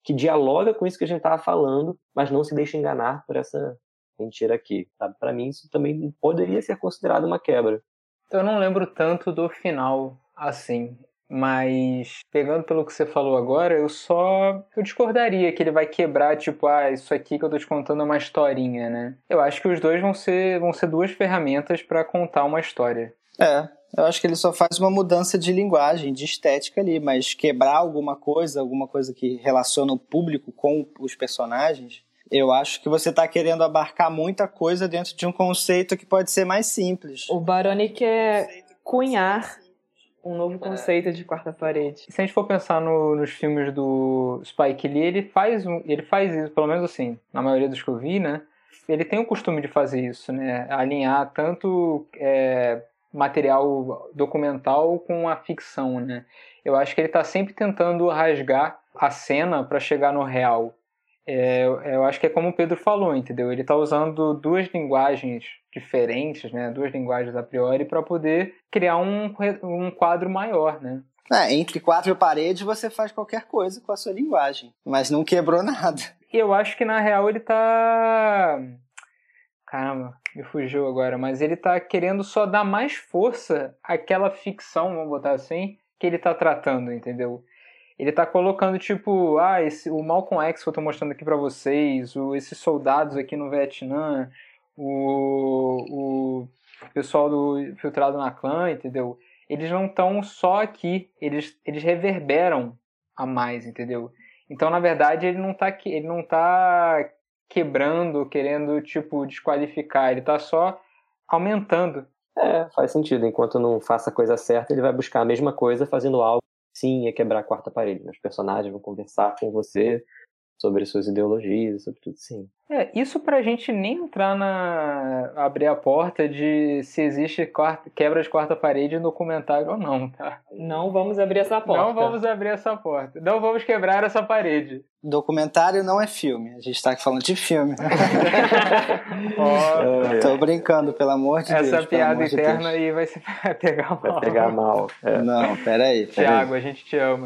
que dialoga com isso que a gente estava falando, mas não se deixa enganar por essa mentira aqui, sabe? Para mim isso também poderia ser considerado uma quebra. Eu não lembro tanto do final assim, mas pegando pelo que você falou agora, eu discordaria que ele vai quebrar, tipo, isso aqui que eu tô te contando é uma historinha, né? Eu acho que os dois vão ser duas ferramentas para contar uma história. Eu acho que ele só faz uma mudança de linguagem, de estética ali, mas quebrar alguma coisa que relaciona o público com os personagens, eu acho que você está querendo abarcar muita coisa dentro de um conceito que pode ser mais simples. O Baroni quer cunhar um novo conceito de quarta parede. Se a gente for pensar nos filmes do Spike Lee, ele faz isso, pelo menos assim, na maioria dos que eu vi, né? Ele tem o costume de fazer isso, né? Alinhar tanto material documental com a ficção, né? Eu acho que ele está sempre tentando rasgar a cena para chegar no real. Eu acho que é como o Pedro falou, entendeu? Ele está usando duas linguagens diferentes, né? Duas linguagens a priori para poder criar um quadro maior, né? Entre quatro paredes você faz qualquer coisa com a sua linguagem, mas não quebrou nada. Eu acho que na real ele tá... Caramba, me fugiu agora, mas ele tá querendo só dar mais força àquela ficção, vamos botar assim, que ele tá tratando, entendeu? Ele tá colocando, tipo, o Malcolm X que eu tô mostrando aqui pra vocês, esses soldados aqui no Vietnã, o pessoal do Filtrado na Clã, entendeu? Eles não estão só aqui, eles reverberam a mais, entendeu? Então, na verdade, ele não tá quebrando, querendo, tipo, desqualificar, ele tá só aumentando. Faz sentido. Enquanto não faça a coisa certa, ele vai buscar a mesma coisa fazendo algo. Sim, é quebrar a quarta parede. Os personagens vão conversar com você sobre suas ideologias, sobre tudo, sim. Isso pra gente nem entrar abrir a porta de se existe quebra de quarta parede no documentário ou não, tá? Não vamos abrir essa porta. Não vamos abrir essa porta. Não vamos quebrar essa parede. Documentário não é filme. A gente tá aqui falando de filme. Tô brincando, pelo amor de Deus. Essa piada interna aí vai pegar mal. Vai pegar mal. Não, peraí. Thiago, a gente te ama.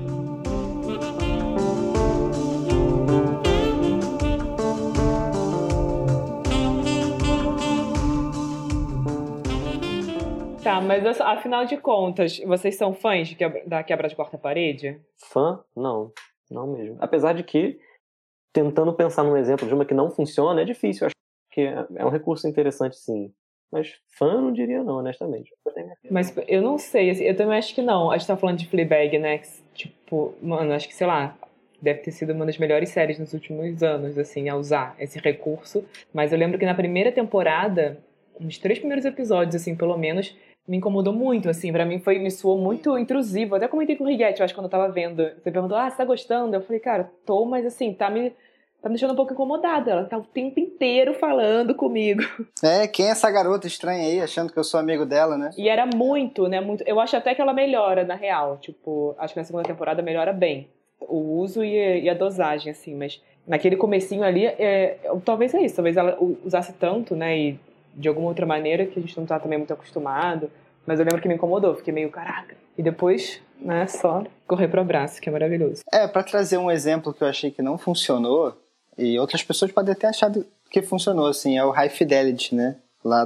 Tá, mas afinal de contas, vocês são fãs da quebra de quarta parede? Fã? Não mesmo. Apesar de que, tentando pensar num exemplo de uma que não funciona, é difícil. Eu acho que é um recurso interessante, sim. Mas fã eu não diria não, honestamente. Mas eu não sei, assim, eu também acho que não. A gente tá falando de Fleabag, né? Tipo, mano, acho que, sei lá, deve ter sido uma das melhores séries nos últimos anos, assim, a usar esse recurso. Mas eu lembro que na primeira temporada, nos 3 primeiros episódios, assim, pelo menos, me incomodou muito, assim, pra mim me soou muito intrusivo. Até comentei com o Riguete, eu acho, quando eu tava vendo. Você perguntou, você tá gostando? Eu falei, cara, tô, mas assim, tá me deixando um pouco incomodada. Ela tá o tempo inteiro falando comigo. Quem é essa garota estranha aí, achando que eu sou amigo dela, né? E era muito, né, muito... Eu acho até que ela melhora, na real. Tipo, acho que na segunda temporada melhora bem o uso e a dosagem, assim, mas naquele comecinho ali, talvez é isso, talvez ela usasse tanto, né, e de alguma outra maneira que a gente não tá também muito acostumado, mas eu lembro que me incomodou, fiquei meio, caraca. E depois, né, só correr pro abraço, que é maravilhoso. Pra trazer um exemplo que eu achei que não funcionou, e outras pessoas podem ter achado que funcionou, assim, é o High Fidelity, né, lá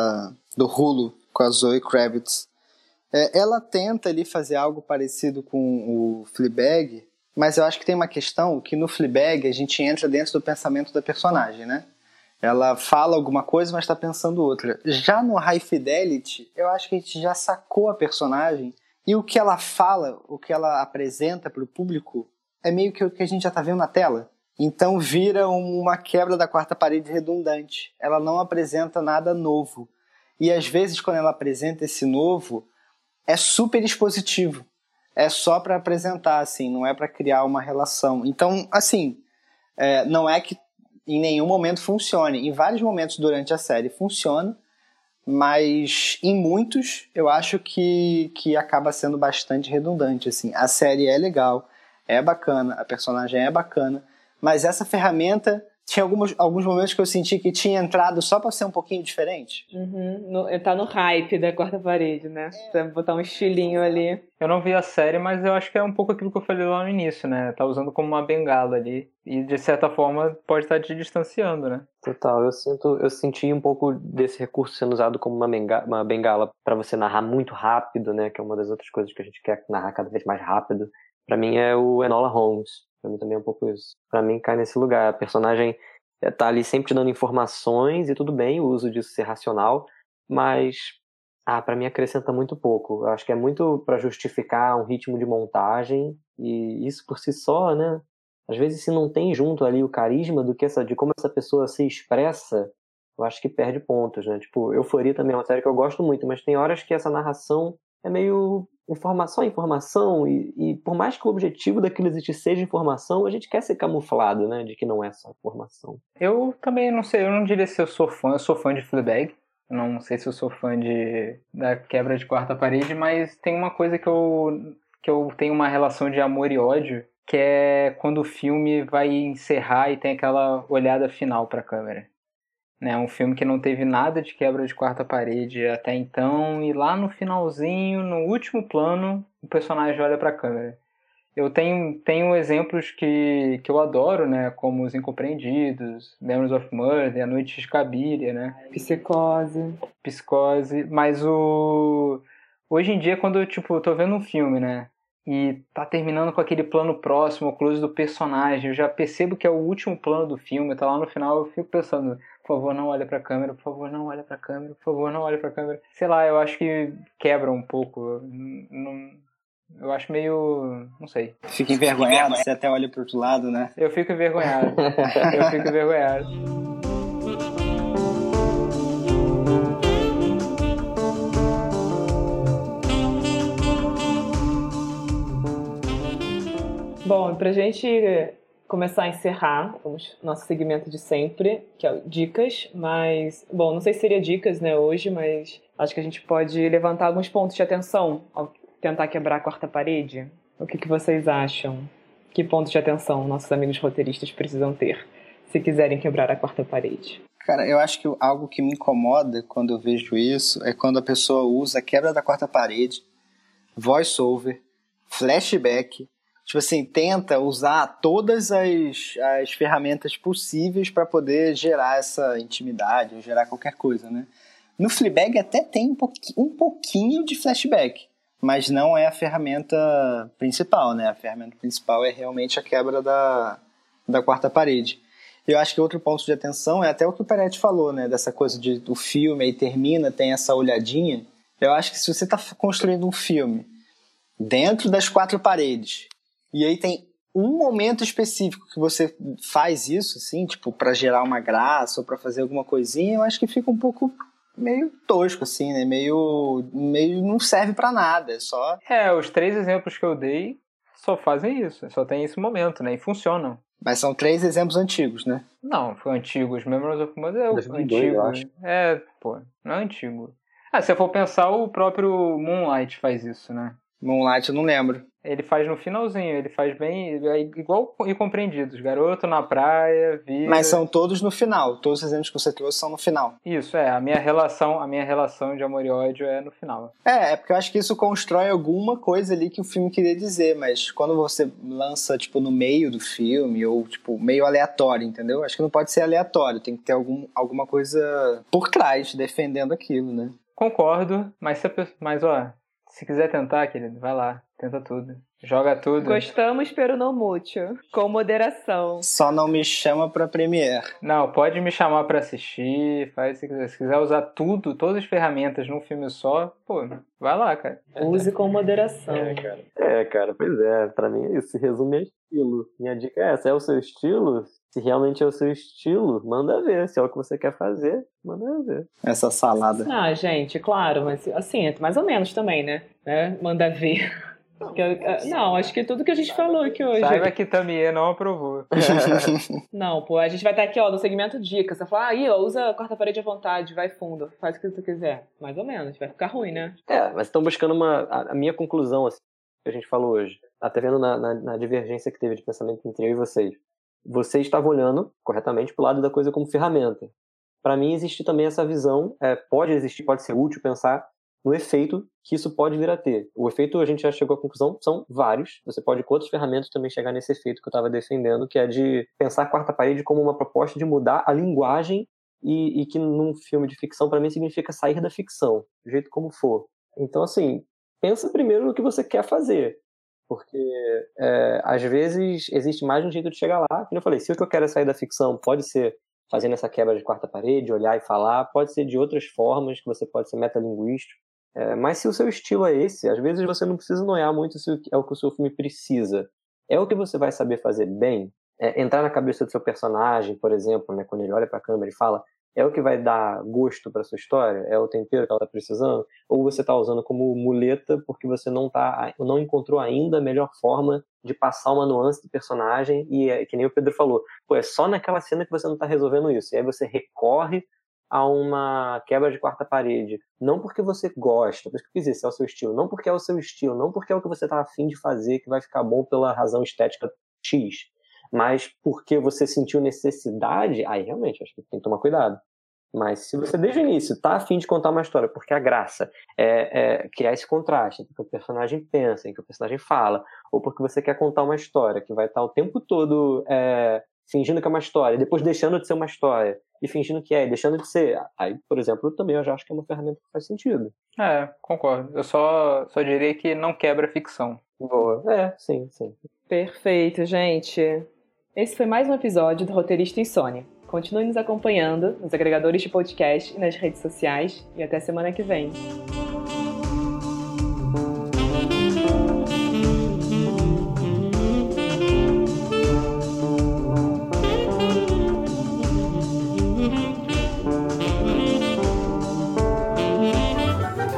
do Hulu, com a Zoe Kravitz. Ela tenta ali fazer algo parecido com o Fleabag, mas eu acho que tem uma questão que no Fleabag a gente entra dentro do pensamento da personagem, né? Ela fala alguma coisa, mas está pensando outra. Já no High Fidelity, eu acho que a gente já sacou a personagem e o que ela fala, o que ela apresenta para o público é meio que o que a gente já está vendo na tela. Então vira uma quebra da quarta parede redundante. Ela não apresenta nada novo. E às vezes quando ela apresenta esse novo, é super expositivo. É só para apresentar, assim, não é para criar uma relação. Então, assim, não é que em nenhum momento funcione. Em vários momentos durante a série funciona, mas em muitos eu acho que acaba sendo bastante redundante, assim. A série é legal, é bacana, a personagem é bacana, mas essa ferramenta tinha alguns momentos que eu senti que tinha entrado só pra ser um pouquinho diferente. Tá no hype da quarta parede, né? Pra botar um estilinho ali. Eu não vi a série, mas eu acho que é um pouco aquilo que eu falei lá no início, né? Tá usando como uma bengala ali. E, de certa forma, pode estar te distanciando, né? Total, eu senti um pouco desse recurso sendo usado como uma bengala para você narrar muito rápido, né? Que é uma das outras coisas que a gente quer narrar cada vez mais rápido. Pra mim é o Enola Holmes. Pra mim também é um pouco isso. Pra mim cai nesse lugar. A personagem tá ali sempre te dando informações e tudo bem o uso disso ser racional, mas pra mim acrescenta muito pouco. Eu acho que é muito pra justificar um ritmo de montagem e isso por si só, né? Às vezes se não tem junto ali o carisma de como essa pessoa se expressa, eu acho que perde pontos, né? Tipo, Euphoria também é uma série que eu gosto muito, mas tem horas que essa narração é meio informação e por mais que o objetivo daquilo existir seja informação, a gente quer ser camuflado, né, de que não é só informação. Eu também não sei, eu não diria se eu sou fã de Fleabag, eu não sei se eu sou fã da quebra de quarta parede, mas tem uma coisa que eu tenho uma relação de amor e ódio, que é quando o filme vai encerrar e tem aquela olhada final pra câmera. É um filme que não teve nada de quebra de quarta parede até então, e lá no finalzinho, no último plano, o personagem olha para a câmera. Eu tenho exemplos que eu adoro, né, como Os Incompreendidos, Memories of Murder, A Noite de Cabiria, né? Psicose, mas hoje em dia, quando eu tô vendo um filme, né, e tá terminando com aquele plano próximo, o close do personagem, eu já percebo que é o último plano do filme, tá lá no final, eu fico pensando, por favor, não olhe pra câmera, por favor, não olhe pra câmera, por favor, não olhe pra câmera. Sei lá, eu acho que quebra um pouco. Eu acho meio... não sei. Fica envergonhado, você até olha pro outro lado, né? Eu fico envergonhado. Eu fico envergonhado. Bom, pra gente começar a encerrar, nosso segmento de sempre, que é dicas, mas... Bom, não sei se seria dicas, né, hoje, mas acho que a gente pode levantar alguns pontos de atenção ao tentar quebrar a quarta parede. O que vocês acham? Que pontos de atenção nossos amigos roteiristas precisam ter se quiserem quebrar a quarta parede? Cara, eu acho que algo que me incomoda quando eu vejo isso é quando a pessoa usa a quebra da quarta parede, voice-over, flashback. Tipo assim, tenta usar todas as ferramentas possíveis para poder gerar essa intimidade ou gerar qualquer coisa, né? No Fleabag até tem um pouquinho de flashback, mas não é a ferramenta principal, né? A ferramenta principal é realmente a quebra da quarta parede. Eu acho que outro ponto de atenção é até o que o Peretti falou, né? Dessa coisa do filme, aí termina, tem essa olhadinha. Eu acho que se você está construindo um filme dentro das quatro paredes, e aí tem um momento específico que você faz isso, assim, tipo, pra gerar uma graça ou pra fazer alguma coisinha, eu acho que fica um pouco meio tosco, assim, né? Meio não serve pra nada, é só... Os 3 exemplos que eu dei só fazem isso, só tem esse momento, né? E funcionam. Mas são 3 exemplos antigos, né? Não, foi antigos. Memories of Murder é 2002, antigo. eu acho. Não é antigo. Se eu for pensar, o próprio Moonlight faz isso, né? Moonlight eu não lembro. Ele faz no finalzinho, ele faz bem... igual Incompreendidos. Garoto na praia, vira... Mas são todos no final. Todos os exemplos que você trouxe são no final. Isso, a minha relação de amor e ódio é no final. É porque eu acho que isso constrói alguma coisa ali que o filme queria dizer, mas quando você lança, tipo, no meio do filme, ou, tipo, meio aleatório, entendeu? Acho que não pode ser aleatório, tem que ter alguma coisa por trás, defendendo aquilo, né? Concordo, mas se quiser tentar, querido, vai lá, tenta tudo. Joga tudo. Gostamos, pero não muito. Com moderação. Só não me chama pra Premiere. Não, pode me chamar pra assistir, faz se quiser. Se quiser usar tudo, todas as ferramentas num filme só, pô, vai lá, cara. Use com moderação. Cara, pois é. Pra mim isso se resume a estilo. Minha dica é essa, é o seu estilo? Se realmente é o seu estilo, manda ver. Se é o que você quer fazer, manda ver. Essa salada. Gente, claro, mas assim, é mais ou menos também, né? Manda ver. Não, acho que tudo que a gente falou aqui hoje. Saiba que Tamie não aprovou. Não, pô, a gente vai estar aqui, no segmento dicas. Você fala, usa a quarta parede à vontade, vai fundo, faz o que você quiser. Mais ou menos, vai ficar ruim, né? Mas estão buscando a minha conclusão, assim, que a gente falou hoje. Até vendo na divergência que teve de pensamento entre eu e vocês. você estava olhando corretamente para o lado da coisa como ferramenta. Para mim, existe também essa visão, pode ser útil pensar no efeito que isso pode vir a ter. O efeito, a gente já chegou à conclusão, são vários. Você pode, com outras ferramentas, também chegar nesse efeito que eu estava defendendo, que é de pensar a quarta parede como uma proposta de mudar a linguagem e que num filme de ficção, para mim, significa sair da ficção, do jeito como for. Então, assim, pensa primeiro no que você quer fazer. Porque, às vezes, existe mais de um jeito de chegar lá. Como eu falei, se o que eu quero é sair da ficção, pode ser fazendo essa quebra de quarta parede, olhar e falar, pode ser de outras formas, que você pode ser metalinguístico. Mas se o seu estilo é esse, às vezes você não precisa noiar muito se é o que o seu filme precisa. É o que você vai saber fazer bem. Entrar na cabeça do seu personagem, por exemplo, né, quando ele olha para a câmera e fala, é o que vai dar gosto para sua história? É o tempero que ela está precisando? Ou você está usando como muleta porque você não encontrou ainda a melhor forma de passar uma nuance do personagem e, que nem o Pedro falou, é só naquela cena que você não está resolvendo isso. E aí você recorre a uma quebra de quarta parede. Não porque você gosta, por isso que eu quis dizer, se é o seu estilo. Não porque é o seu estilo, não porque é o que você está afim de fazer que vai ficar bom pela razão estética X. Mas porque você sentiu necessidade, aí realmente, acho que tem que tomar cuidado. Mas se você desde o início está afim de contar uma história, porque a graça é criar esse contraste entre o que o personagem pensa e o que o personagem fala, ou porque você quer contar uma história que vai estar o tempo todo fingindo que é uma história, e depois deixando de ser uma história, e fingindo que e deixando de ser, aí, por exemplo, também eu já acho que é uma ferramenta que faz sentido. Concordo. Eu só diria que não quebra a ficção. Boa. Sim. Perfeito, gente. Esse foi mais um episódio do Roteirista Insônia. Continue nos acompanhando nos agregadores de podcast e nas redes sociais. E até semana que vem.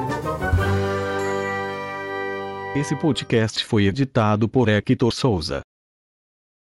Esse podcast foi editado por Hector Souza.